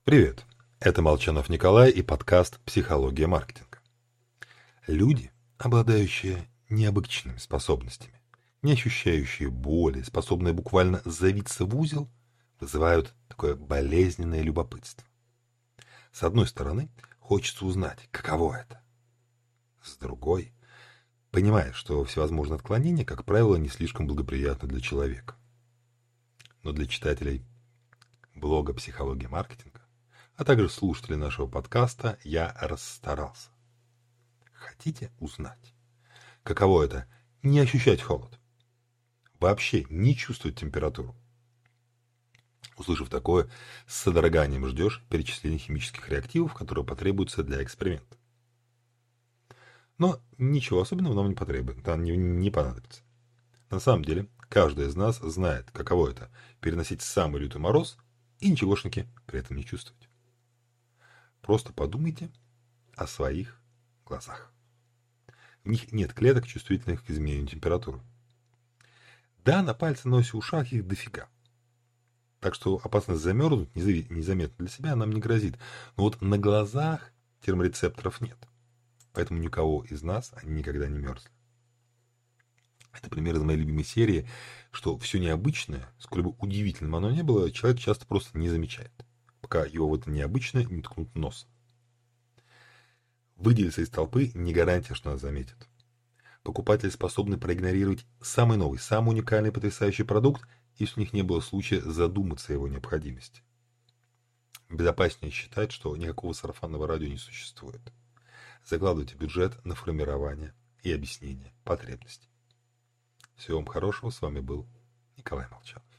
Привет! Это Молчанов Николай и подкаст «Психология маркетинга». Люди, обладающие необычными способностями, не ощущающие боли, способные буквально завиться в узел, вызывают такое болезненное любопытство. С одной стороны, хочется узнать, каково это. С другой, понимаешь, что всевозможные отклонения, как правило, не слишком благоприятны для человека. Но для читателей блога «Психология маркетинга», а также слушателей нашего подкаста, я расстарался. Хотите узнать, каково это не ощущать холод? Вообще не чувствовать температуру? Услышав такое, с содроганием ждешь перечисления химических реактивов, которые потребуются для эксперимента. Но ничего особенного нам не потребуется, не понадобится. На самом деле, каждый из нас знает, каково это переносить самый лютый мороз и ничегошники при этом не чувствовать. Просто подумайте о своих глазах. В них нет клеток, чувствительных к изменению температуры. Да, на пальце, носе, ушах их дофига. Так что опасность замерзнуть незаметно для себя нам не грозит. Но вот на глазах терморецепторов нет. Поэтому никого из нас они никогда не мерзли. Это пример из моей любимой серии, что все необычное, сколь бы удивительным оно ни было, человек часто просто не замечает, пока его в это необычное не ткнут нос. Выделиться из толпы не гарантия, что нас заметят. Покупатели способны проигнорировать самый новый, самый уникальный, потрясающий продукт, если у них не было случая задуматься о его необходимости. Безопаснее считать, что никакого сарафанного радио не существует. Закладывайте бюджет на формирование и объяснение потребностей. Всего вам хорошего, с вами был Николай Молчанов.